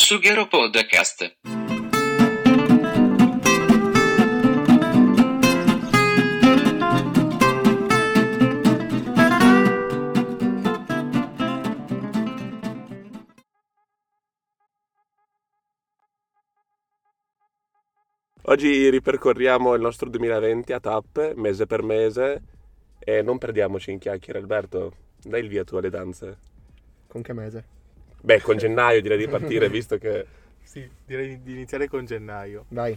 Sughero Podcast. Oggi ripercorriamo il nostro 2020 a tappe, mese per mese, e non perdiamoci in chiacchiere. Alberto, dai il via tu alle danze. Con che mese? Beh, con gennaio direi di partire, visto che... Sì, direi di iniziare con gennaio. Vai.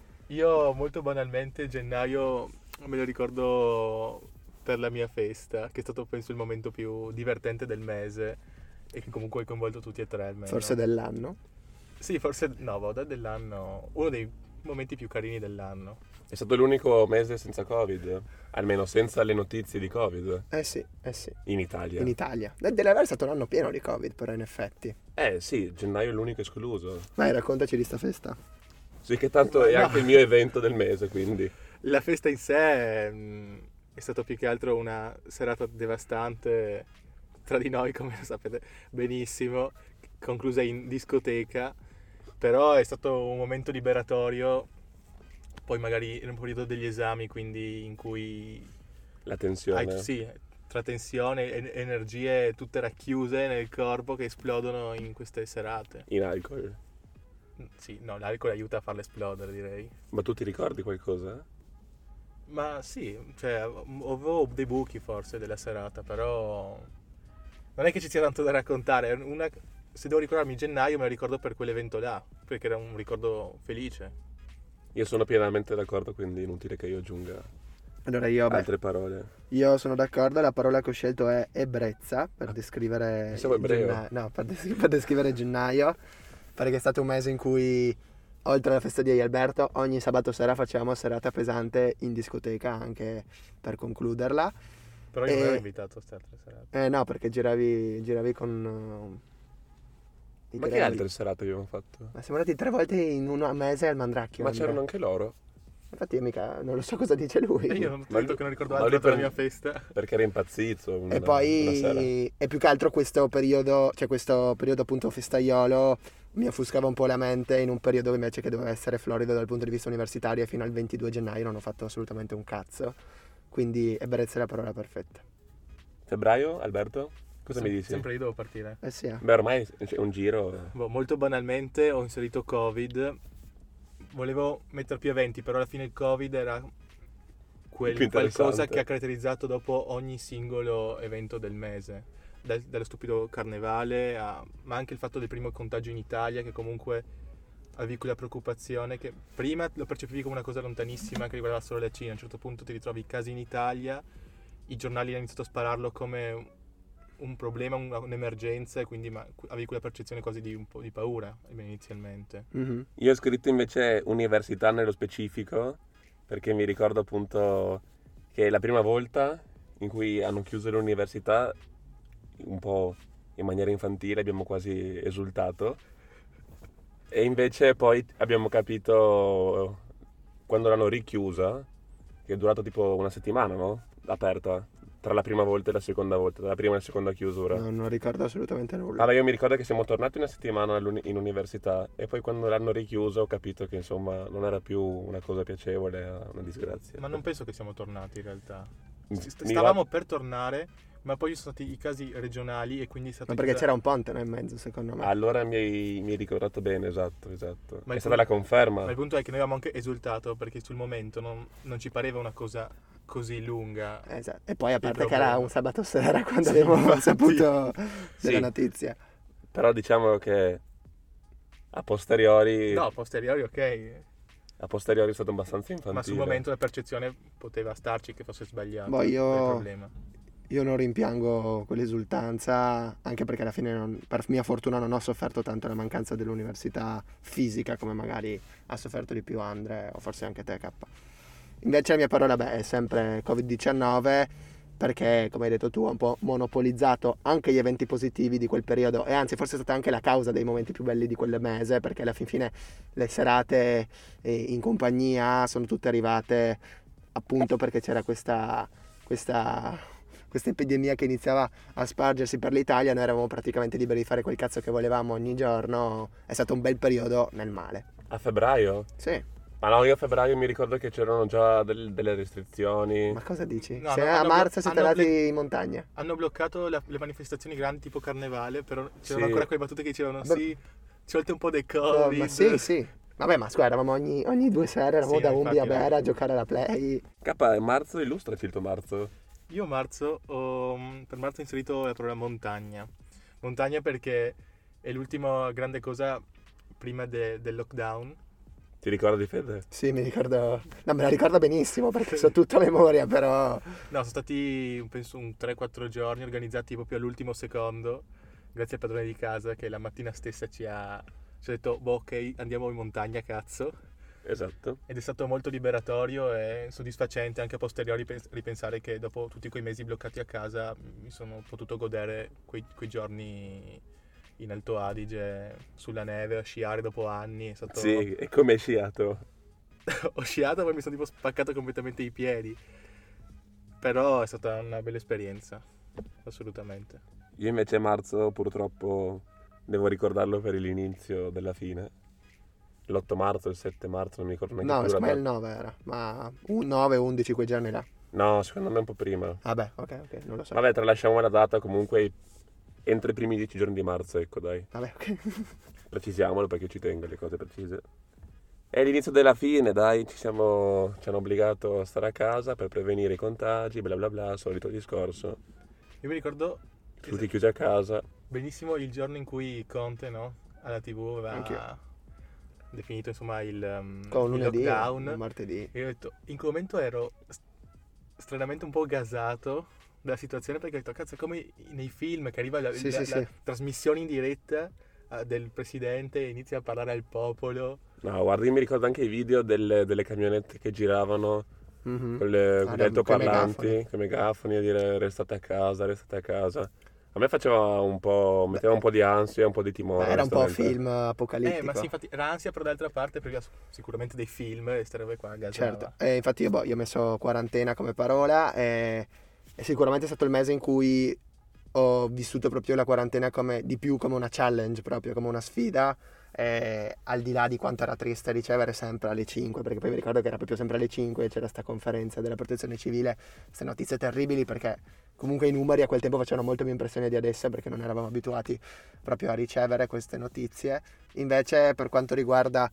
Io molto banalmente gennaio me lo ricordo per la mia festa, che è stato penso il momento più divertente del mese e che comunque ha coinvolto tutti e tre almeno. Forse dell'anno? Sì, forse no, dell'anno, uno dei momenti più carini dell'anno. È stato l'unico mese senza Covid, almeno senza le notizie di Covid, Eh sì. in Italia. In Italia. Deve aver stato un anno pieno di Covid, però in effetti. Sì, gennaio è l'unico escluso. Vai, raccontaci di sta festa. Sì, che tanto è No. anche il mio evento del mese, quindi... La festa in sé è stata più che altro una serata devastante tra di noi, come lo sapete benissimo, conclusa in discoteca, però è stato un momento liberatorio, poi magari in un periodo degli esami, quindi in cui La tensione. sì, tra tensione e energie tutte racchiuse nel corpo che esplodono in queste serate. In alcol. Sì, no, l'alcol aiuta a farle esplodere, direi. Ma tu ti ricordi qualcosa? Ma sì, cioè avevo dei buchi forse della serata, però non è che ci sia tanto da raccontare. Se devo ricordarmi gennaio me lo ricordo per quell'evento là, perché era un ricordo felice. Io sono pienamente d'accordo, quindi inutile che io aggiunga Allora altre parole. io sono d'accordo, la parola che ho scelto è ebbrezza per descrivere Pensavo ebreo. No, per descrivere gennaio, perché è stato un mese in cui oltre alla festa di Alberto ogni sabato sera facevamo serata pesante in discoteca anche per concluderla. Però io non ero invitato a queste altre serate. No, perché giravi con i Ma che grandi. altre serate abbiamo fatto? Ma siamo andati 3 volte in un mese al Mandracchio. Ma Andrea. c'erano anche loro? Infatti mica non lo so cosa dice lui. E io non ho Ma detto lui- che non ricordo ma altro lui della per- mia festa. Perché era impazzito una E sera. poi è più che altro questo periodo appunto festaiolo mi offuscava un po' la mente in un periodo invece che doveva essere florido dal punto di vista universitario, e fino al 22 gennaio non ho fatto assolutamente un cazzo. Quindi ebbrezza è la parola perfetta. Febbraio, Alberto? Cosa mi dici? Sempre io devo partire. Eh sì. Beh, ormai c'è un giro... Molto banalmente ho inserito Covid. Volevo mettere più eventi, però alla fine il Covid era Più interessante. qualcosa che ha caratterizzato dopo ogni singolo evento del mese. Dallo stupido carnevale ma anche il fatto del primo contagio in Italia, che comunque avevi quella preoccupazione che prima lo percepivi come una cosa lontanissima che riguardava solo la Cina. A un certo punto ti ritrovi casi in Italia, i giornali hanno iniziato a spararlo come un problema, un'emergenza, e quindi avevi quella percezione quasi di un po' di paura inizialmente. Mhm. Io ho scritto invece università nello specifico, perché mi ricordo appunto che la prima volta in cui hanno chiuso l'università, un po' in maniera infantile, abbiamo quasi esultato. E invece poi abbiamo capito quando l'hanno richiusa, che è durato tipo una settimana, no? Aperta, tra la prima volta e la seconda volta, tra la prima e la seconda chiusura. No, non ricordo assolutamente nulla. Allora io mi ricordo che siamo tornati una settimana in università e poi quando l'hanno richiusa ho capito che insomma non era più una cosa piacevole, era una disgrazia. Ma non penso che siamo tornati in realtà. Mi Stavamo per tornare, ma poi ci sono stati i casi regionali e quindi è stato Ma perché c'era un ponte, no, in mezzo, secondo me. Allora mi hai ricordato bene, esatto. Ma È il stata la conferma. Ma il punto è che noi avevamo anche esultato perché sul momento non ci pareva una cosa così lunga. Esatto. E poi a parte che problema. era un sabato sera quando Sì, abbiamo infatti. saputo della Sì. notizia. Però diciamo che a posteriori No, a posteriori ok, è stato abbastanza infantile. ma sul momento la percezione poteva starci che fosse sbagliata. Boh, io- non è il problema. Io non rimpiango quell'esultanza, anche perché alla fine, per mia fortuna, non ho sofferto tanto la mancanza dell'università fisica come magari ha sofferto di più Andre o forse anche te, K. Invece la mia parola è sempre Covid-19, perché, come hai detto tu, ha un po' monopolizzato anche gli eventi positivi di quel periodo, e anzi forse è stata anche la causa dei momenti più belli di quel mese, perché alla fin fine le serate in compagnia sono tutte arrivate appunto perché c'era questa questa epidemia che iniziava a spargersi per l'Italia, noi eravamo praticamente liberi di fare quel cazzo che volevamo ogni giorno. È stato un bel periodo nel male. A febbraio? Sì, Ma no, io a febbraio mi ricordo che c'erano già delle restrizioni. ma cosa dici? No, Se no, a hanno marzo siete hanno andati in montagna. Hanno bloccato le manifestazioni grandi tipo carnevale, però c'erano Sì. ancora quelle battute che dicevano Vabbè. sì, ci volte un po' dei Oh, Covid. ma sì. Vabbè, ma scusa, eravamo ogni 2 sere, eravamo Sì, da no, Umbria a infatti, Bera a giocare alla Play. K, è marzo, illustraci il tuo marzo. Io per marzo ho inserito la parola montagna. Montagna perché è l'ultima grande cosa prima del lockdown. Ti ricordi, Fede? Sì, mi ricordo. No, me la ricordo benissimo perché so tutta a memoria, però. No, sono stati penso un 3-4 giorni organizzati proprio all'ultimo secondo, grazie al padrone di casa che la mattina stessa ci ha detto, boh, ok, andiamo in montagna, cazzo. Esatto. Ed è stato molto liberatorio e soddisfacente anche a posteriori ripensare che dopo tutti quei mesi bloccati a casa mi sono potuto godere quei giorni in Alto Adige, sulla neve, a sciare dopo anni. È stato... Sì, e come hai sciato? Ho sciato ma mi sono tipo spaccato completamente i piedi. Però è stata una bella esperienza, assolutamente. Io invece marzo purtroppo devo ricordarlo per l'inizio della fine. L'8 marzo, il 7 marzo, non mi ricordo neanche No, più la secondo me il data. 9 era. Ma un 9, 11 quei giorni là. No, secondo me un po' prima. Vabbè, ok, non lo so. Vabbè, tralasciamo la data, comunque entro i primi 10 giorni di marzo, ecco dai. Vabbè, ok. Precisiamolo perché ci tengo alle cose precise. È l'inizio della fine, dai, ci hanno obbligato a stare a casa per prevenire i contagi, bla bla bla, solito discorso. Io mi ricordo Tutti chiusi a casa. benissimo il giorno in cui Conte, no, alla TV Anch'io. aveva definito insomma il Con il lunedì, lockdown. martedì. E io ho detto, in quel momento ero stranamente un po' gasato dalla situazione perché ho detto, cazzo, è come nei film che arriva Sì, la sì. trasmissione in diretta del presidente e inizia a parlare al popolo. No, guarda, io mi ricordo anche i video delle camionette che giravano Mhm. con gli altoparlanti, coi con i megafoni a dire restate a casa, restate a casa. A me faceva un po', metteva un po' di ansia, un po' di timore. Era un po' onestamente. film apocalittico. Ma sì, infatti era ansia, però d'altra parte perché sicuramente dei film e queste robe qua gasava. Certo, e infatti io ho messo quarantena come parola e sicuramente è stato il mese in cui ho vissuto proprio la quarantena di più come una challenge, proprio come una sfida, al di là di quanto era triste ricevere sempre alle 5, perché poi mi ricordo che era proprio sempre alle 5 e c'era sta conferenza della protezione civile, queste notizie terribili perché comunque i numeri a quel tempo facevano molto più impressione di adesso perché non eravamo abituati proprio a ricevere queste notizie. Invece per quanto riguarda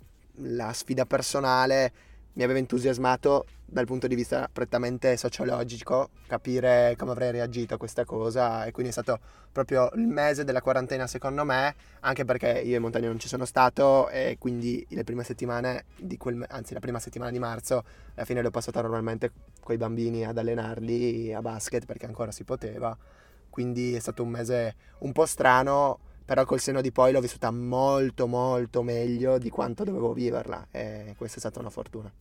la sfida personale mi aveva entusiasmato dal punto di vista prettamente sociologico capire come avrei reagito a questa cosa e quindi è stato proprio il mese della quarantena secondo me, anche perché io in montagna non ci sono stato e quindi le prime settimane anzi la prima settimana di marzo alla fine l'ho passata normalmente coi bambini ad allenarli a basket perché ancora si poteva, quindi è stato un mese un po' strano, però col senno di poi l'ho vissuta molto molto meglio di quanto dovevo viverla e questa è stata una fortuna.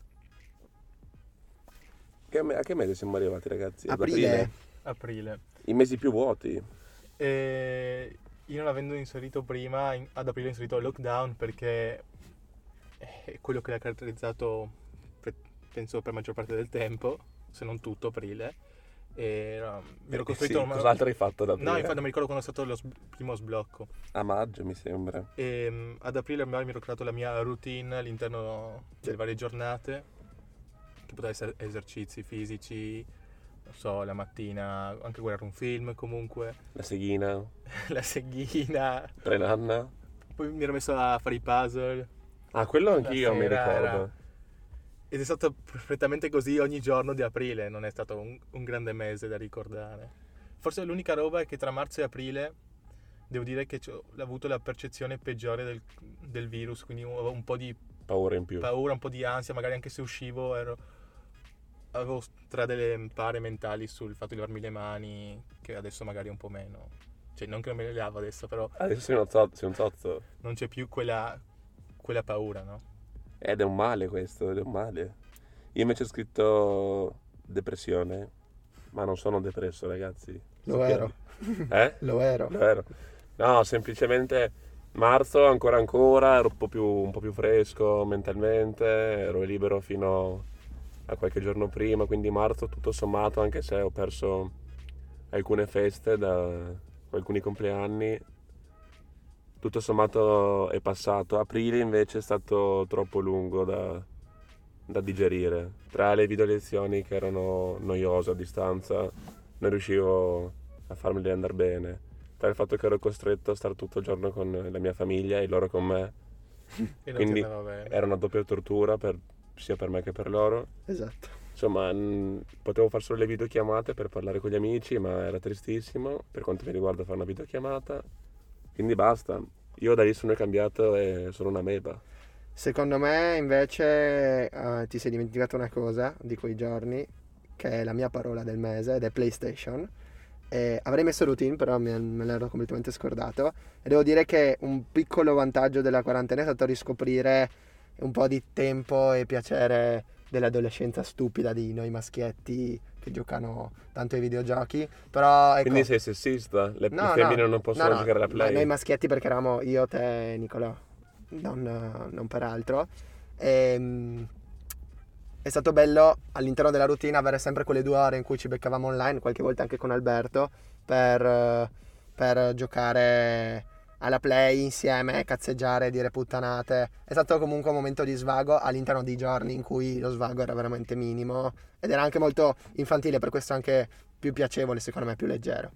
A che mese siamo arrivati, ragazzi? Ad Aprile. I mesi più vuoti. E io non avendo inserito prima, ad aprile ho inserito il lockdown perché è quello che l'ha caratterizzato penso per maggior parte del tempo, se non tutto aprile. E mi ero costruito Cos'altro hai fatto ad aprile? No, infatti non mi ricordo quando è stato primo sblocco. A maggio, mi sembra. E ad aprile ormai mi ero creato la mia routine all'interno delle varie giornate, che poteva essere esercizi fisici, non so, la mattina anche guardare un film comunque, La seghina, la seghina, 3 nanna. poi mi ero messo a fare i puzzle. Ah, quello anch'io mi sera ricordo. Ed è stato perfettamente così ogni giorno di aprile, non è stato un grande mese da ricordare. Forse l'unica roba è che tra marzo e aprile devo dire che ho avuto la percezione peggiore del virus, quindi avevo un po' di Paura in più. paura, un po' di ansia, magari anche se uscivo avevo delle pare mentali sul fatto di lavarmi le mani, che adesso magari un po' meno. Cioè non che non me le lavo adesso, però Adesso sei un zozzo. non c'è più quella paura, no? Ed è un male questo, ed è un male. Io invece ho scritto depressione, ma non sono depresso, ragazzi. Lo ero. Lo ero. Lo ero. No, semplicemente marzo ancora ero un po' più fresco mentalmente, ero libero fino a qualche giorno prima, quindi marzo tutto sommato, anche se ho perso alcune feste, da alcuni compleanni. Tutto sommato è passato. Aprile invece è stato troppo lungo da digerire. Tra le video lezioni che erano noiose a distanza, non riuscivo a farmeli andare bene. Tra il fatto che ero costretto a stare tutto il giorno con la mia famiglia e loro con me. E non Quindi ti andava bene. era una doppia tortura sia per me che per loro. Esatto. Insomma, potevo fare solo le videochiamate per parlare con gli amici, ma era tristissimo per quanto mi riguarda fare una videochiamata. Quindi basta. Io da lì sono cambiato e sono una meba. Secondo me invece ti sei dimenticato una cosa di quei giorni, che è la mia parola del mese, ed è PlayStation. Avrei messo routine, però me l'ero completamente scordato. E devo dire che un piccolo vantaggio della quarantena è stato riscoprire un po' di tempo e piacere dell'adolescenza stupida di noi maschietti che giocano tanto ai videogiochi. Però ecco, Quindi sei sessista? Le no, femmine non possono no, giocare alla ma Play? noi maschietti, perché eravamo io, te e Nicolò, non per altro. È stato bello all'interno della routine avere sempre quelle 2 ore in cui ci beccavamo online, qualche volta anche con Alberto, per giocare alla Play insieme, cazzeggiare, dire puttanate. È stato comunque un momento di svago all'interno di giorni in cui lo svago era veramente minimo ed era anche molto infantile, per questo anche più piacevole, secondo me, più leggero.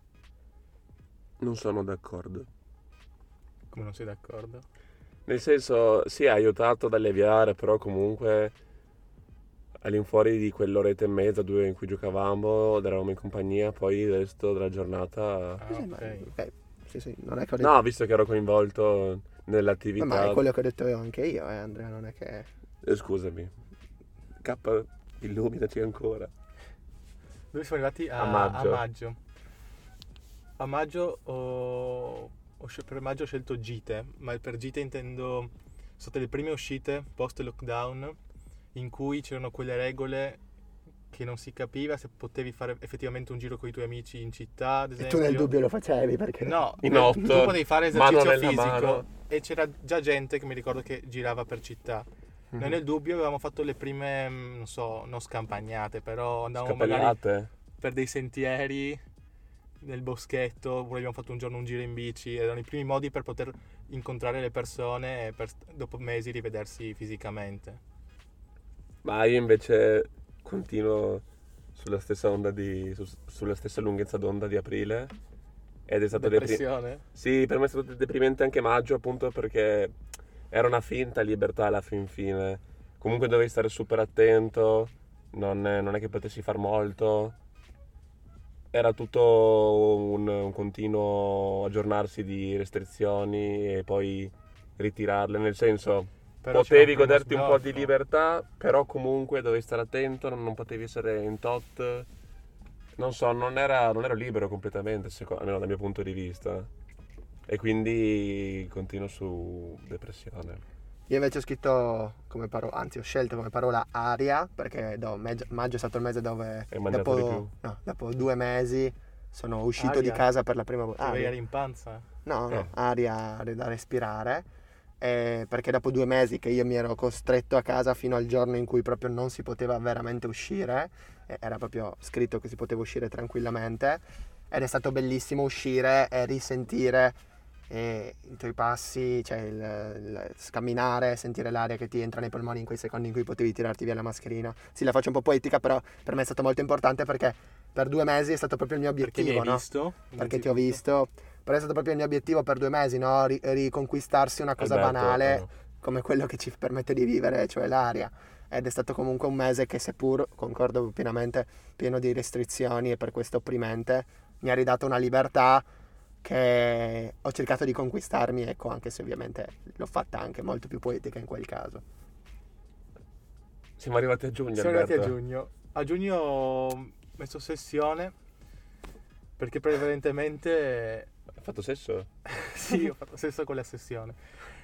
Non sono d'accordo. Come non sei d'accordo? Nel senso, sì, ha aiutato ad alleviare, però comunque all'infuori di quell'oretta e mezza, 2 in cui giocavamo, eravamo in compagnia, poi il resto della giornata... Ah, Sì, ok. sì, non è che ho detto... No, visto che ero coinvolto nell'attività... Ma è quello che ho detto io anche io, Andrea, non è che... Scusami. K, illuminaci ancora. Noi siamo arrivati A maggio. A maggio. A maggio per maggio ho scelto gite, ma per gite intendo sono state le prime uscite post lockdown in cui c'erano quelle regole che non si capiva se potevi fare effettivamente un giro con i tuoi amici in città, ad E esempio. tu nel dubbio lo facevi perché... No, In 8, tu potevi fare mano esercizio nella fisico mano. e c'era già gente che mi ricordo che girava per città. Noi nel dubbio avevamo fatto le prime, non so, non scampagnate, però andavamo magari Scappellate. per dei sentieri nel boschetto, oppure abbiamo fatto un giorno un giro in bici, erano i primi modi per poter incontrare le persone e dopo mesi rivedersi fisicamente. Ma io invece continuo sulla stessa sulla stessa lunghezza d'onda di aprile ed è stato Depressione? Sì, per me è stato deprimente anche maggio, appunto perché era una finta libertà alla fin fine. Comunque dovevi stare super attento, non è che potessi far molto. Era tutto un continuo aggiornarsi di restrizioni e poi ritirarle, nel senso Però c'era potevi un primo goderti un po' di sblocco. libertà, però comunque dovevi stare attento, non potevi essere in tot. Non so, non ero libero completamente, almeno dal mio punto di vista. E quindi continuo su depressione. Io invece ho scritto come parola, anzi ho scelto come parola aria, perché maggio è stato il mese dove Hai mangiato di più? dopo 2 mesi sono uscito di Aria? casa per la prima volta. Avevi aria in panza? No, aria da respirare, perché dopo 2 mesi che io mi ero costretto a casa fino al giorno in cui proprio non si poteva veramente uscire, era proprio scritto che si poteva uscire tranquillamente, ed è stato bellissimo uscire e risentire i tuoi passi, cioè il scamminare, sentire l'aria che ti entra nei polmoni in quei secondi in cui potevi tirarti via la mascherina. Sì, la faccio un po' poetica, però per me è stato molto importante perché per 2 mesi è stato proprio il mio Perché obiettivo, mi hai no? visto? Perché ti ho visto, però è stato proprio il mio obiettivo per 2 mesi, no? Riconquistarsi una cosa Alberto, banale come quello che ci permette di vivere, cioè l'aria. Ed è stato comunque un mese che, seppur, concordo pienamente, pieno di restrizioni e per questo opprimente, mi ha ridato una libertà che ho cercato di conquistarmi, ecco, anche se ovviamente l'ho fatta anche molto più poetica in quel caso. Siamo arrivati a giugno, Siamo arrivati a Alberto. giugno. A giugno ho messo sessione perché prevalentemente Hai fatto sesso? sì, ho fatto sesso con la sessione.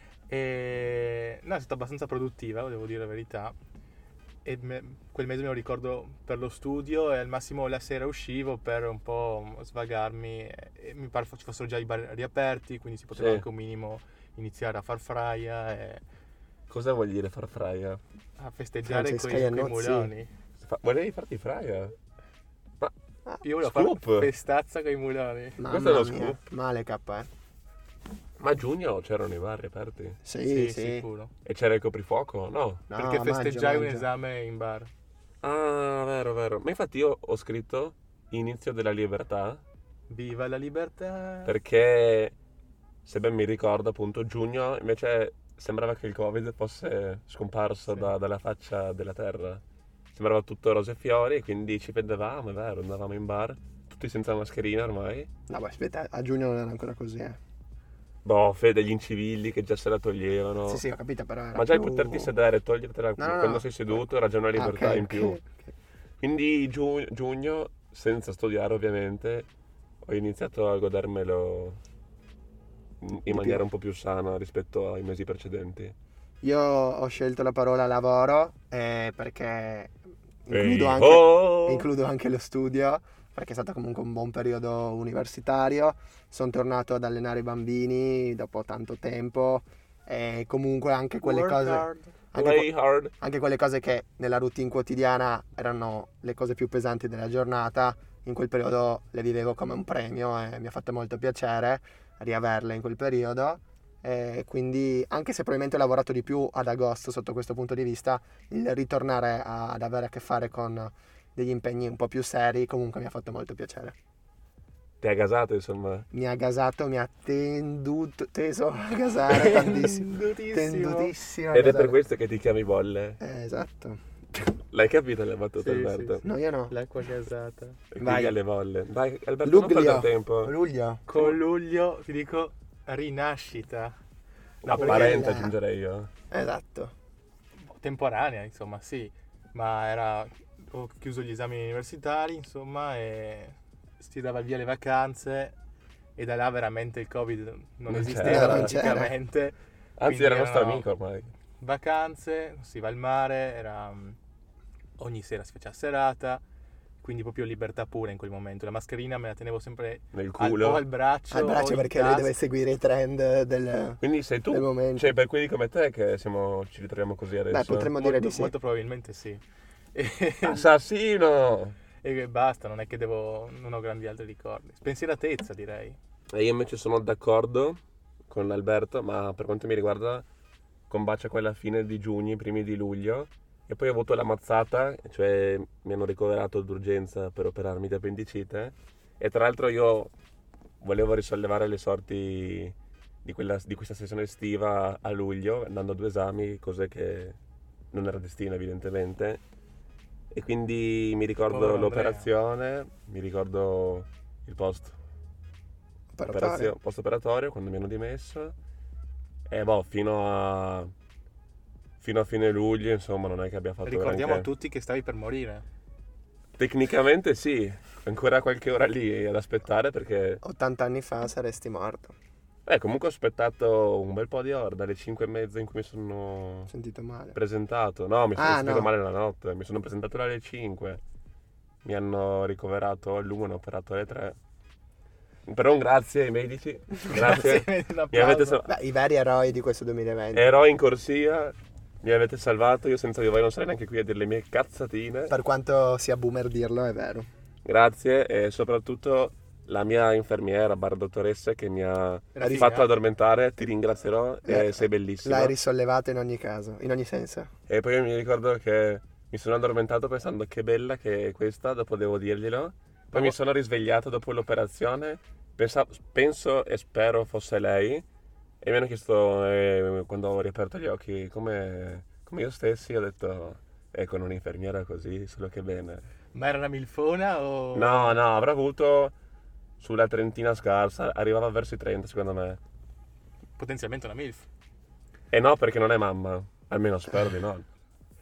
E no, è stata abbastanza produttiva, devo dire la verità. E quel mese me lo ricordo per lo studio e al massimo la sera uscivo per un po' svagarmi e mi pare ci fossero già i bar riaperti, quindi si poteva Sì. anche un minimo iniziare a far fraia e Cosa vuol dire far fraia? a festeggiare Francesca coi Iannuzzi. muloni. Volevi farti fraia? Ma Io volevo fare Scoop. festazza con i muloni. Mamma Questo è lo mia, scoop. male K, Ma a giugno c'erano i bar aperti? Sì. sicuro. E c'era il coprifuoco? No. No, Perché festeggiai un maggio. esame in bar. Ah, vero, vero. Ma infatti io ho scritto Inizio della libertà Viva la libertà! perché, se ben mi ricordo, appunto, giugno invece sembrava che il Covid fosse scomparso Sì. dalla faccia della terra. Sembrava tutto rose e fiori e quindi ci vedevamo, è vero, andavamo in bar, tutti senza mascherina ormai. No, beh, aspetta, a giugno non era ancora così, Boh, fede, gli incivili che già se la toglievano. Sì, ho capito, però era Ma già il più... poterti sedere e togliertela No, quando no. sei seduto era già una libertà ok, in più. ok. Quindi giugno, senza studiare ovviamente, ho iniziato a godermelo in maniera un po' più sana rispetto ai mesi precedenti. Io ho scelto la parola lavoro perché Oh! includo anche lo studio, perché è stato comunque un buon periodo universitario. Sono tornato ad allenare i bambini dopo tanto tempo e comunque anche quelle Work cose... hard. Anche, Play hard. anche quelle cose che nella routine quotidiana erano le cose più pesanti della giornata, in quel periodo le vivevo come un premio e mi ha fatto molto piacere riaverle in quel periodo. E quindi, anche se probabilmente ho lavorato di più ad agosto sotto questo punto di vista, il ritornare ad avere a che fare con degli impegni un po' più seri comunque mi ha fatto molto piacere. Ti hai gasato, insomma. Mi ha gasato, mi ha teso a gasare tantissimo. Tendutissimo a Ed è per gasare. questo che ti chiami Bolle. Esatto. L'hai capito le battute, Sì, Alberto? sì, No, io no. L'acqua gasata. E Vai. quindi alle bolle. Dai, Alberto, non Luglio. perdere tempo. Luglio. Con luglio ti dico rinascita. No, perché parente la- aggiungerei io. Esatto. Temporanea, insomma, sì. Ma ho chiuso gli esami universitari, insomma, e si dava via le vacanze e da là veramente il Covid non Non esisteva c'era. Non c'era. praticamente. Anzi, Quindi era nostro erano amico ormai. Vacanze, si va al mare, ogni sera si faceva serata, quindi proprio libertà pura in quel momento. La mascherina me la tenevo sempre Nel o culo. al braccio, Al o braccio in perché lui tasca. deve seguire i trend del Quindi sei tu. momento. Cioè, per quelli come te che ci ritroviamo così adesso. Beh, potremmo dire di sì. Molto probabilmente sì. Assassino! E basta, non è che non ho grandi altri ricordi. Spensieratezza, direi. E io invece sono d'accordo con Alberto, ma per quanto mi riguarda combacia quella fine di giugno, i primi di luglio. E poi ho avuto la mazzata, cioè mi hanno ricoverato d'urgenza per operarmi di appendicite. E tra l'altro io volevo risollevare le sorti di questa sessione estiva a luglio, andando a 2 esami, cose che non era destino evidentemente. E quindi mi ricordo Povero l'operazione, mi ricordo il Operatore. post operatorio quando mi hanno dimesso. E boh, fino a fine luglio, insomma, non è che abbia fatto Ricordiamo a granché. tutti che stavi per morire. Tecnicamente sì, ancora qualche ora lì ad aspettare perché 80 anni fa saresti morto. comunque ho aspettato un bel po' di ore, dalle 5:30 in cui mi sono Ho sentito male. presentato. No, mi sono Ah, sentito no. male la notte, mi sono presentato alle 5. Mi hanno ricoverato all'1 e hanno operato alle 3. Però un grazie ai medici, grazie. Un Mi applauso. avete salvato. Beh, i veri eroi di questo 2020. Eroi in corsia, mi avete salvato, io senza di voi non sarei neanche qui a dire le mie cazzatine. Per quanto sia boomer dirlo, è vero. Grazie e soprattutto la mia infermiera, dottoressa che mi ha Era fatto addormentare, ti ringrazierò e sei bellissima. L'hai risollevato in ogni caso, in ogni senso. E poi mi ricordo che mi sono addormentato pensando che bella che è questa, dopo devo dirglielo. Poi mi sono risvegliato dopo l'operazione, penso e spero fosse lei. E mi hanno chiesto quando ho riaperto gli occhi come io stessi, ho detto con un'infermiera così, solo che bene. Ma era una milfona o... No, avrà avuto sulla trentina scarsa, arrivava verso i 30 secondo me. Potenzialmente una milf. E no, perché non è mamma, almeno spero di no.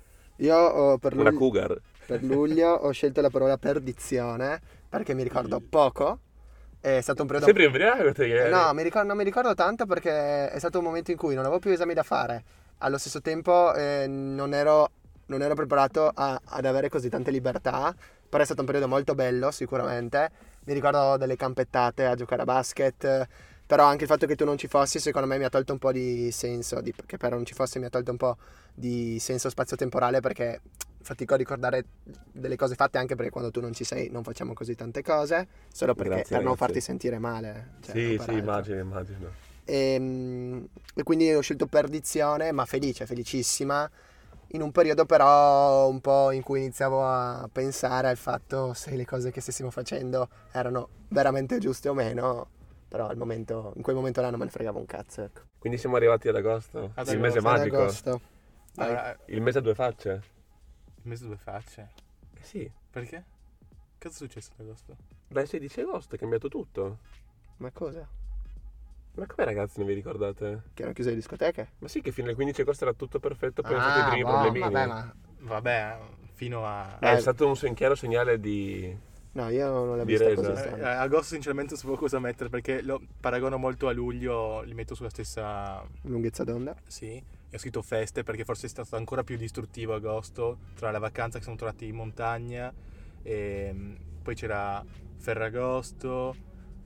Io per Una luglio, cougar. per luglio ho scelto la parola perdizione perché mi ricordo poco. È stato un periodo... Sempre ubriaco te ieri. No, non mi ricordo tanto perché è stato un momento in cui non avevo più esami da fare. Allo stesso tempo non ero preparato ad avere così tante libertà. Però è stato un periodo molto bello sicuramente. Mi ricordo delle campettate a giocare a basket. Però anche il fatto che tu non ci fossi secondo me mi ha tolto un po' di senso. Che però non ci fossi mi ha tolto un po' di senso spazio-temporale perché fatico a ricordare delle cose fatte, anche perché quando tu non ci sei non facciamo così tante cose, solo perché Grazie, per non ragazzi. farti sentire male. Cioè, Sì, non per sì, altro. immagino. E quindi ho scelto Perdizione, ma felicissima, in un periodo però un po' in cui iniziavo a pensare al fatto se le cose che stessimo facendo erano veramente giuste o meno, però in quel momento là non me ne fregava un cazzo, ecco. Quindi siamo arrivati ad agosto, Ad il mese agosto. Ad magico, agosto. Dai. Allora, il mese a due facce. il mese due facce. Sì, Perché? Cosa è successo ad agosto? dal 16 agosto è cambiato tutto. Ma cosa? Ma come ragazzi non vi ricordate? Che erano chiuse le discoteche? Ma sì che fino al 15 agosto era tutto perfetto, poi sono stati i primi problemini. Vabbè, ma Vabbè, fino a... È stato un chiaro segnale di... no, io non l'ho Di vista resa. così strana. agosto sinceramente non sapevo cosa mettere perché lo paragono molto a luglio, li metto sulla stessa... Lunghezza d'onda. Sì, e ho scritto feste perché forse è stato ancora più distruttivo agosto, tra la vacanza che siamo tornati in montagna, e poi c'era Ferragosto,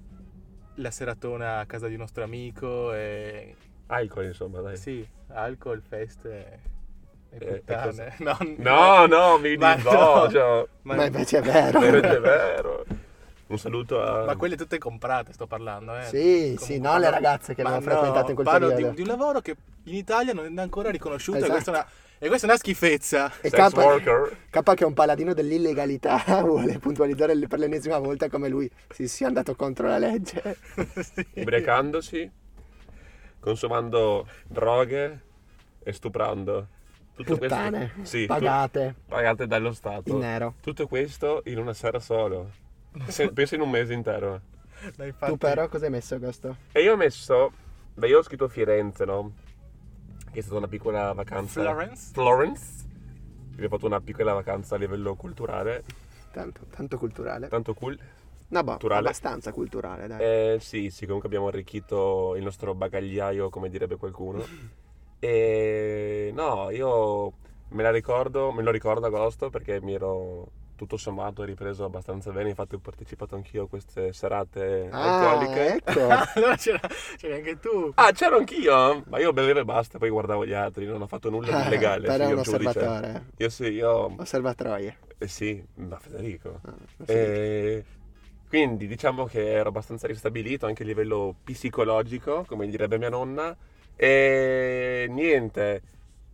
la seratona a casa di un nostro amico e... Alcol insomma, dai. Sì, alcol, feste e E puttane. No, mi Ma dissocio. Ma invece è vero. È vero. Un saluto a... Ma quelle tutte comprate, sto parlando, eh. Sì, Comunque sì, non le ragazze che ma l'hanno frequentato in quel parlo periodo. di un lavoro che in Italia non è ancora riconosciuto Esatto. e questa è una schifezza. E sex worker. K che è un paladino dell'illegalità vuole puntualizzare per l'ennesima volta come lui si sia andato contro la legge. Sì. Ubriacandosi, consumando droghe e stuprando. Tutto Puttane, questo, sì, pagate dallo Stato. in nero. Tutto questo in una sera solo. Penso in un mese intero. No, infatti, Tu però cosa hai messo agosto? E io ho messo... Beh, io ho scritto Firenze, no? Che è stata una piccola vacanza. Florence. Abbiamo fatto una piccola vacanza a livello culturale. Tanto culturale. Tanto cool. No, boh, culturale. abbastanza culturale, dai. Sì, comunque abbiamo arricchito il nostro bagagliaio, come direbbe qualcuno. E no, io me lo ricordo agosto perché mi ero tutto sommato ripreso abbastanza bene, infatti ho partecipato anch'io a queste serate alcoliche. Ecco. Allora c'eri anche tu. Ah, c'ero anch'io, ma io bevevo e basta, poi guardavo gli altri, non ho fatto nulla di illegale. Però è sì, un un giudice. osservatore. Io Osservatorie. sì, ma Federico. Ah, Quindi diciamo che ero abbastanza ristabilito anche a livello psicologico, come direbbe mia nonna, e niente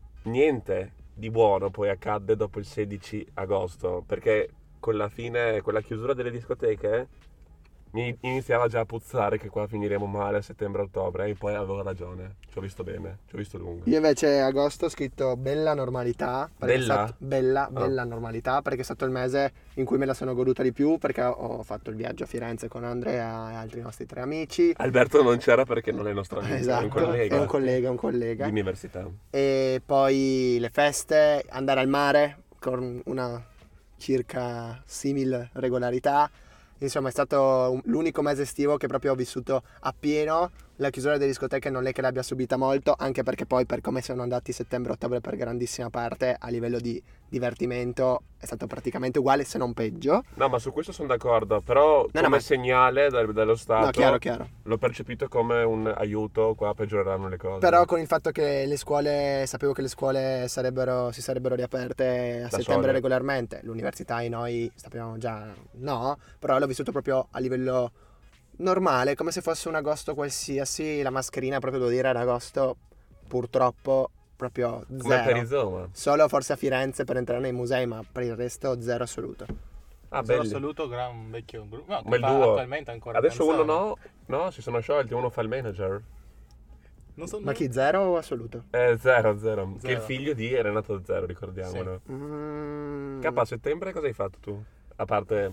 di buono poi accadde dopo il 16 agosto, perché con la chiusura delle discoteche mi iniziava già a puzzare che qua finiremo male a settembre-ottobre, e poi avevo ragione, ci ho visto bene, ci ho visto lungo. Io invece agosto ho scritto bella normalità. Perché è Bella? stato- bella normalità, perché è stato il mese in cui me la sono goduta di più, perché ho fatto il viaggio a Firenze con Andrea e altri nostri 3 amici. Alberto non c'era perché non è nostro amico, Esatto, è un collega è un collega. di università. E poi le feste, andare al mare con una circa simil regolarità. Insomma, è stato l'unico mese estivo che proprio ho vissuto appieno. La chiusura delle discoteche non è che l'abbia subita molto, anche perché poi per come sono andati settembre-ottobre per grandissima parte, a livello di divertimento è stato praticamente uguale, se non peggio. No, ma su questo sono d'accordo, però come ma- segnale dallo Stato No, chiaro. l'ho percepito come un aiuto, qua peggioreranno le cose. Però con il fatto che sapevo che le scuole si sarebbero riaperte a Da settembre sole. regolarmente, l'università e noi sappiamo già no, però l'ho vissuto proprio a livello normale, come se fosse un agosto qualsiasi. La mascherina, proprio devo dire, ad agosto purtroppo proprio Come per zero. Rizoma. Solo forse a Firenze per entrare nei musei, ma per il resto zero assoluto. Ah, Zero belli. assoluto, un vecchio gruppo. No, Ma che il fa duo. attualmente ancora Adesso canzoni. uno no, si sono sciolti, uno fa il manager. Non so, Ma chi, zero o assoluto? Zero. Che è Zero. il figlio di Renato Zero, ricordiamolo. Mm. K, a settembre cosa hai fatto tu? A parte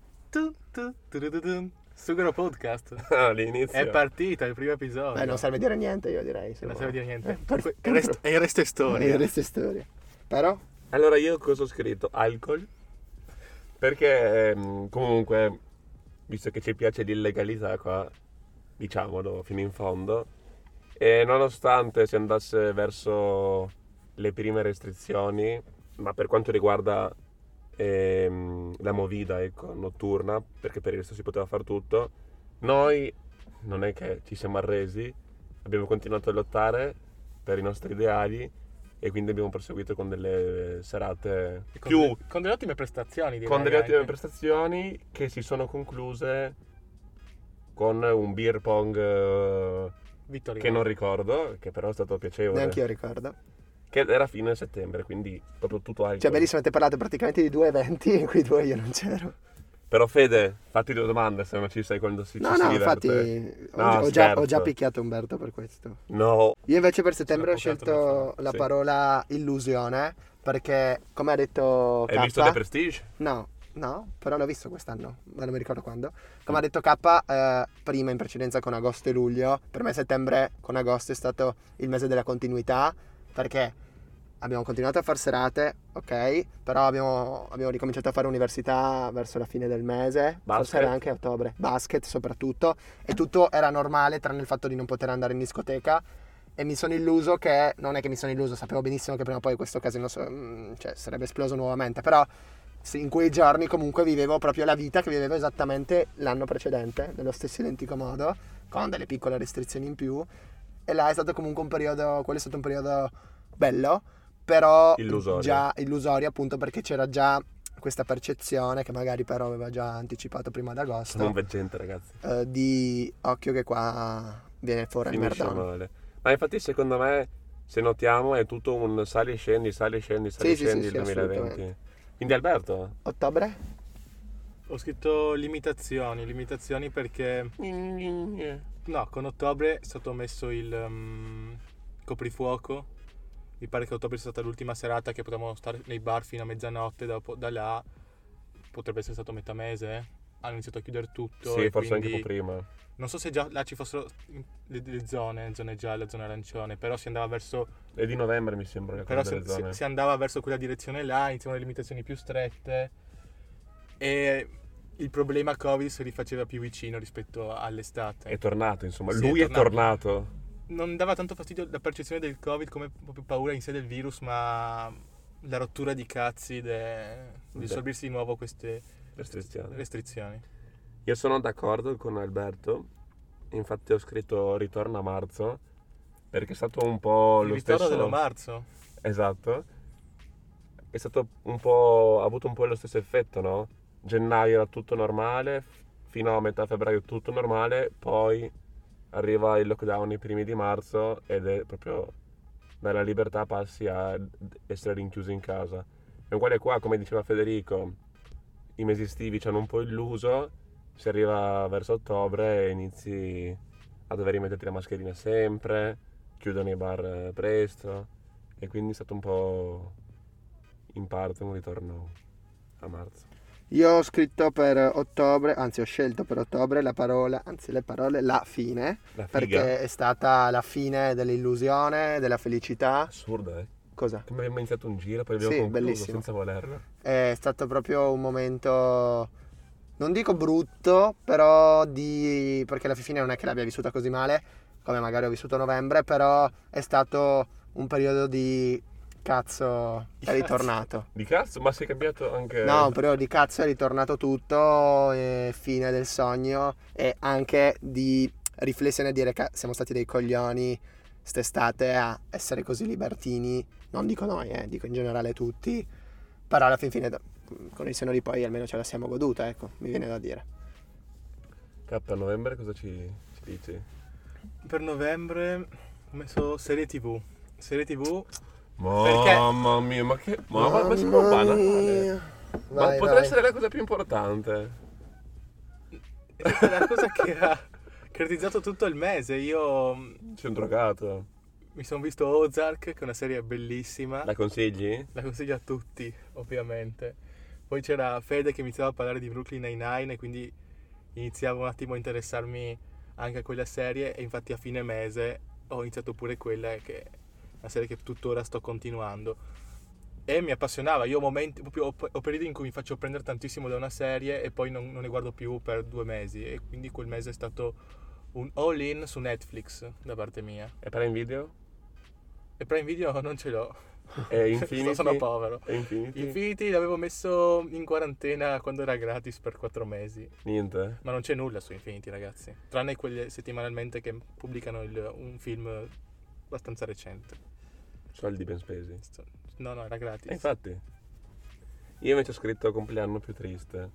Sugaro Podcast. all'inizio. È partita il primo episodio. Beh, non serve a dire niente, io direi. se Non vuoi. serve a dire niente. Per- E il resto è storia. Il resto è storia. Però Allora io cosa ho scritto? Alcol. Perché comunque, visto che ci piace l'illegalità qua, diciamolo fino in fondo, e nonostante si andasse verso le prime restrizioni, ma per quanto riguarda la movida, ecco, notturna, perché per il resto si poteva fare tutto, noi non è che ci siamo arresi, abbiamo continuato a lottare per i nostri ideali e quindi abbiamo proseguito con delle serate E più con delle ottime prestazioni, direi. con delle ottime anche. prestazioni che si sono concluse con un beer pong Vittorio. che non ricordo, che però è stato piacevole. Neanche io ricordo. Che era fine settembre, quindi proprio tutto alcol. Cioè, bellissimo, avete parlato praticamente di 2 eventi in cui 2 io non c'ero. Però Fede, fatti 2 domande se non ci sei quando si, No, ci si no, diverte. infatti No, ho scherzo. già picchiato Umberto per questo. No. Io invece per settembre ho Sono scelto avvocato la Sì. parola illusione perché, come ha detto Hai K... visto The Prestige? No, però l'ho visto quest'anno, ma non mi ricordo quando. Come ha detto K, prima in precedenza con agosto e luglio, per me settembre con agosto è stato il mese della continuità, perché abbiamo continuato a fare serate, ok, però abbiamo ricominciato a fare università verso la fine del mese, forse Basket? era anche a ottobre, basket soprattutto, e tutto era normale tranne il fatto di non poter andare in discoteca. E mi sono illuso che, non è che mi sono illuso, sapevo benissimo che prima o poi questo casino cioè, sarebbe esploso nuovamente, però in quei giorni comunque vivevo proprio la vita che vivevo esattamente l'anno precedente, nello stesso identico modo, con delle piccole restrizioni in più, e là è stato comunque un periodo, quello è stato un periodo bello, però Illusorio. già illusorio appunto perché c'era già questa percezione che magari però aveva già anticipato prima Sono un d'agosto, veggente, ragazzi. di occhio che qua viene fuori il Finisce merdone. male. Ma infatti secondo me, se notiamo, è tutto un sali e scendi, sali e scendi, sali e Sì, scendi sì, il 2020. assolutamente. Quindi Alberto? Ottobre? Ho scritto limitazioni perché no, con ottobre è stato messo il coprifuoco. Mi pare che ottobre sia stata l'ultima serata che potevamo stare nei bar fino a mezzanotte, dopo da là potrebbe essere stato metà mese. Hanno iniziato a chiudere tutto Sì, e forse quindi anche un po' prima. non so se già là ci fossero le zone gialle, zone arancione, però si andava verso È di novembre mi sembra la però cosa delle zone. si andava verso quella direzione là, iniziavano le limitazioni più strette e il problema Covid si rifaceva più vicino rispetto all'estate. È tornato, insomma. Sì, Lui è è tornato. Non dava tanto fastidio la percezione del Covid come proprio paura in sé del virus, ma la rottura di cazzi di assorbirsi di nuovo queste Restrizioni. restrizioni. Io sono d'accordo con Alberto. Infatti ho scritto ritorno a marzo. Perché è stato un po' Il lo ritorno stesso. dello marzo. Esatto. È stato un po'. Ha avuto un po' lo stesso effetto, no? Gennaio era tutto normale. Fino a metà febbraio tutto normale. Poi arriva il lockdown i primi di marzo. Ed è proprio dalla libertà passi a essere rinchiuso in casa. E uguale qua, come diceva Federico, i mesi estivi ci hanno un po' illuso. Si arriva verso ottobre e inizi a dover rimetterti la mascherina sempre, chiudono i bar presto e quindi è stato un po' in parte un ritorno a marzo. Io ho scritto per ottobre, anzi ho scelto per ottobre la parola, anzi le parole la fine, La figa? perché è stata la fine dell'illusione, della felicità. Assurda, eh? Cosa? Come abbiamo iniziato un giro, poi abbiamo Sì, concluso bellissimo. senza volerlo. È stato proprio un momento, non dico brutto, però perché alla fine non è che l'abbia vissuta così male, come magari ho vissuto novembre, però è stato un periodo di cazzo, è ritornato. Di cazzo? Ma si è cambiato anche... No, un periodo di cazzo è ritornato tutto, fine del sogno e anche di riflessione a dire che siamo stati dei coglioni st'estate a essere così libertini, non dico noi, dico in generale tutti, però alla fine con il senno di poi almeno ce la siamo goduta, ecco, mi viene da dire. K, a novembre cosa ci dici? Per novembre ho messo serie TV. Serie TV Mamma mia, ma che... Ma siamo banale. Ma Vai, potrebbe vai. essere la cosa più importante. è stata la cosa che ha caratterizzato tutto il mese. Io C'è un drogato. mi sono visto Ozark, che è una serie bellissima. La consigli? La consiglio a tutti, ovviamente. Poi c'era Fede che iniziava a parlare di Brooklyn Nine-Nine e quindi iniziavo un attimo a interessarmi anche a quella serie e infatti a fine mese ho iniziato pure quella che è una serie che tuttora sto continuando e mi appassionava. Io ho momenti, proprio ho periodi in cui mi faccio prendere tantissimo da una serie e poi non ne guardo più per 2 mesi e quindi quel mese è stato un all-in su Netflix da parte mia. E Prime Video? E Prime Video non ce l'ho. E Infinity? Sono povero. E Infinity? Infinity l'avevo messo in quarantena quando era gratis per 4 mesi. Niente. Ma non c'è nulla su Infinity, ragazzi. Tranne quelle settimanalmente che pubblicano un film abbastanza recente. Soldi ben spesi. No, era gratis. Infatti. Io invece ho scritto compleanno più triste.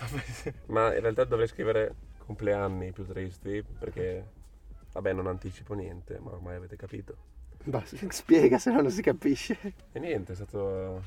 Ma in realtà dovrei scrivere compleanni più tristi perché, vabbè, non anticipo niente, ma ormai avete capito. Spiega, se no non si capisce. E niente, è stato...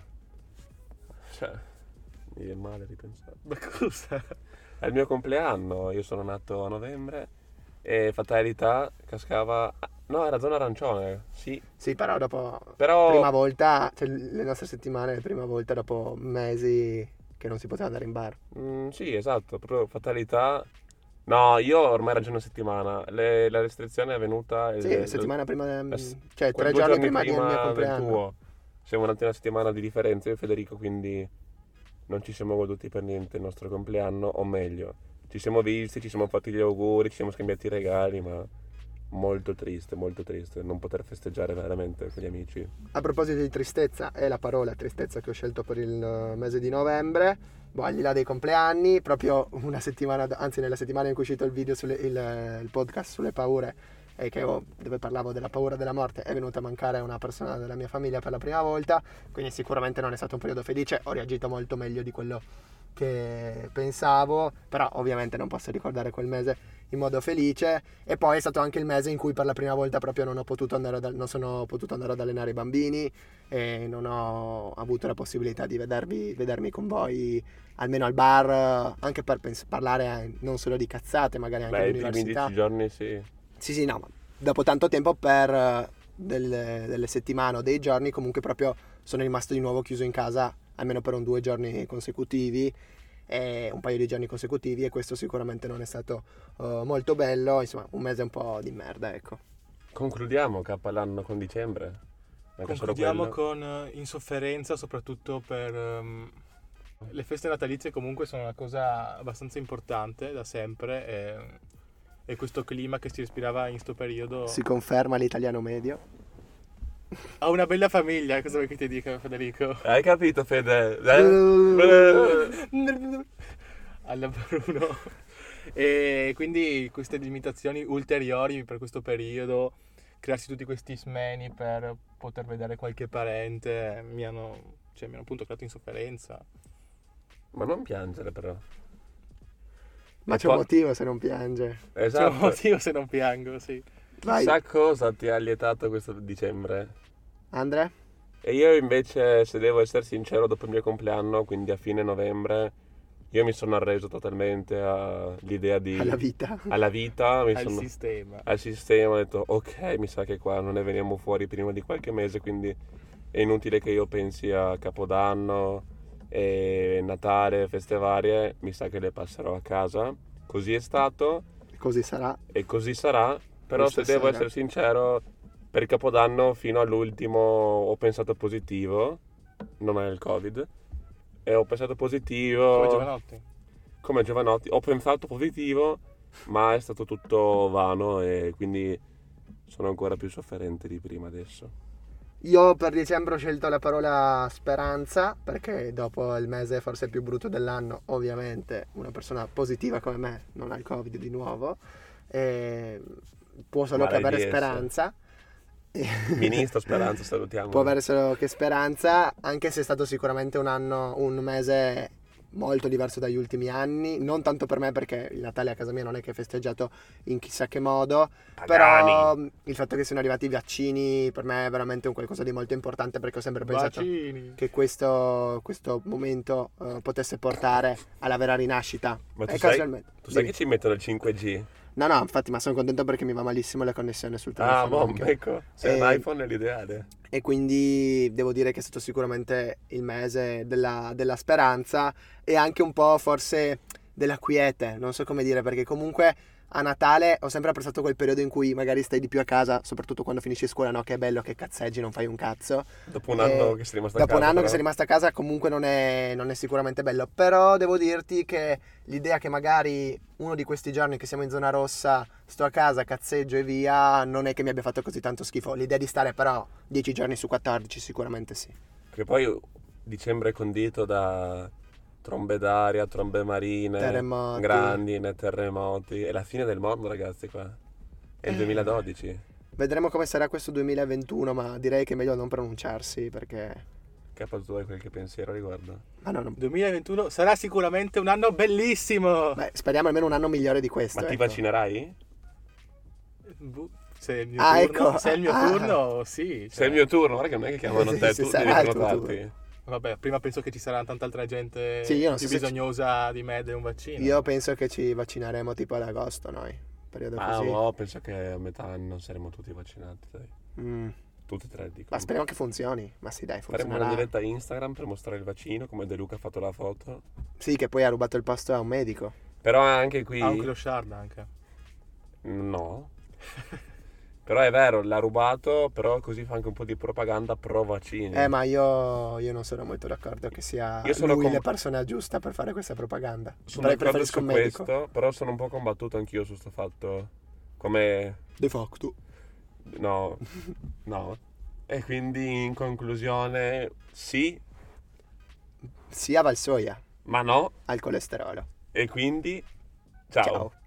Cioè, mi viene male ripensare. Ma cosa? È il mio compleanno, io sono nato a novembre e fatalità cascava... No, era zona arancione, sì. Sì, però dopo... Però... Prima volta, cioè le nostre settimane, prima volta dopo mesi che non si poteva andare in bar. Sì, esatto, proprio fatalità. No, io ormai ragiono una settimana. La restrizione è venuta... Sì, settimana prima, cioè quei 3 due giorni prima del mio del compleanno. tuo. Siamo nati una settimana di differenza io e Federico, quindi non ci siamo goduti per niente il nostro compleanno, o meglio, ci siamo visti, ci siamo fatti gli auguri, ci siamo scambiati i regali, ma molto triste non poter festeggiare veramente con gli amici. A proposito di tristezza, è la parola tristezza che ho scelto per il mese di novembre. Al di là dei compleanni, proprio una settimana, anzi nella settimana in cui è uscito il video il podcast sulle paure, dove parlavo della paura della morte, è venuta a mancare una persona della mia famiglia per la prima volta, quindi sicuramente non è stato un periodo felice, ho reagito molto meglio di quello che pensavo, però ovviamente non posso ricordare quel mese in modo felice. E poi è stato anche il mese in cui per la prima volta proprio non sono potuto andare ad allenare i bambini e non ho avuto la possibilità di vedermi con voi almeno al bar, anche per parlare non solo di cazzate, magari anche Beh, di i primi 10 università. giorni sì. Sì, no, ma dopo tanto tempo per delle settimane o dei giorni comunque proprio sono rimasto di nuovo chiuso in casa almeno per 2 giorni consecutivi, un paio di giorni consecutivi, e questo sicuramente non è stato molto bello, insomma un mese un po' di merda, ecco. Concludiamo l'anno con dicembre. Anche solo Concludiamo quello. con insofferenza, soprattutto per le feste natalizie. Comunque sono una cosa abbastanza importante da sempre, e questo clima che si respirava in sto periodo. Si conferma l'italiano medio. Ha una bella famiglia, cosa vuoi che ti dica, Federico? Hai capito, Fede? Alla Bruno. E quindi queste limitazioni ulteriori per questo periodo, crearsi tutti questi smeni per poter vedere qualche parente, mi hanno appunto creato insofferenza. Ma non piangere però. Ma E c'è un poi- motivo se non piange. C'è Esatto. un motivo se non piango, sì. Vai, Chissà cosa ti ha lietato questo dicembre. Andre? E io invece, se devo essere sincero, dopo il mio compleanno, quindi a fine novembre, io mi sono arreso totalmente all'idea di... Alla vita. alla vita, Al sistema. al sistema, ho detto ok, mi sa che qua non ne veniamo fuori prima di qualche mese, quindi è inutile che io pensi a Capodanno e Natale, feste varie, mi sa che le passerò a casa. Così è stato Così sarà. e così sarà, però Questa se devo sera. essere sincero, per Capodanno fino all'ultimo ho pensato positivo, non è il Covid, e ho pensato positivo... Come Giovanotti. Come Giovanotti, ho pensato positivo, ma è stato tutto vano e quindi sono ancora più sofferente di prima adesso. Io per dicembre ho scelto la parola speranza, perché dopo il mese forse più brutto dell'anno, ovviamente una persona positiva come me non ha il Covid di nuovo, e può solo che avere Maledì essa. speranza. Ministro Speranza, salutiamo. Può avere solo che speranza, anche se è stato sicuramente un mese molto diverso dagli ultimi anni, non tanto per me perché il Natale a casa mia non è che è festeggiato in chissà che modo, però il fatto che siano arrivati i vaccini per me è veramente un qualcosa di molto importante, perché ho sempre pensato Vaccini. che questo momento potesse portare alla vera rinascita. Ma tu E sai, casualmente tu sai dimmi. che ci mettono il 5G? No, infatti, ma sono contento perché mi va malissimo la connessione sul Ah, telefono. boh, anche. ecco, se un iPhone è l'ideale. E quindi devo dire che è stato sicuramente il mese della speranza e anche un po' forse della quiete, non so come dire, perché comunque a Natale ho sempre apprezzato quel periodo in cui magari stai di più a casa, soprattutto quando finisci scuola, no? Che è bello che cazzeggi, non fai un cazzo. Dopo un anno che sei rimasto a Dopo casa. un anno che però. sei rimasto a casa comunque non è sicuramente bello, però devo dirti che l'idea che magari uno di questi giorni che siamo in zona rossa sto a casa, cazzeggio e via, non è che mi abbia fatto così tanto schifo. L'idea di stare però 10 giorni su 14 sicuramente sì. Che poi dicembre è condito da trombe d'aria, trombe marine, Terremoti. grandine, terremoti. È la fine del mondo, ragazzi, qua. È il 2012. Vedremo come sarà questo 2021, ma direi che è meglio non pronunciarsi perché... Capo, tu hai qualche pensiero a riguardo? Ma no, 2021 sarà sicuramente un anno bellissimo. beh, speriamo almeno un anno migliore di questo. Ma ti ecco. vaccinerai? Se è il mio Ah, turno, ecco. se è il mio Ah. turno, sì. Se è il mio turno, guarda che non è che chiamano Sì, te, sì, tu sarà devi il tuo prenotarti. Vabbè, prima penso che ci sarà tanta altra gente Sì, io non più so se bisognosa di me di un vaccino. Io penso che ci vaccineremo tipo ad agosto noi, periodo Ma così. no, penso che a metà anno saremo tutti vaccinati, dai. Mm. Tutti e tre, dico. Ma speriamo che funzioni. Ma sì, dai, Faremo una funzionerà. diretta Instagram per mostrare il vaccino, come De Luca ha fatto la foto. Sì, che poi ha rubato il posto a un medico. Però anche qui... Ha un clochard anche. No. Però è vero, l'ha rubato, però così fa anche un po' di propaganda pro vaccini. Ma io non sono molto d'accordo che sia Io sono lui com- la persona giusta per fare questa propaganda. Sono d'accordo Preferisco su un medico. questo, però sono un po' combattuto anch'io su sto fatto. Come... De facto. No. No. E quindi in conclusione, sì, Sia Valsoia ma no. al colesterolo. E quindi, ciao. Ciao.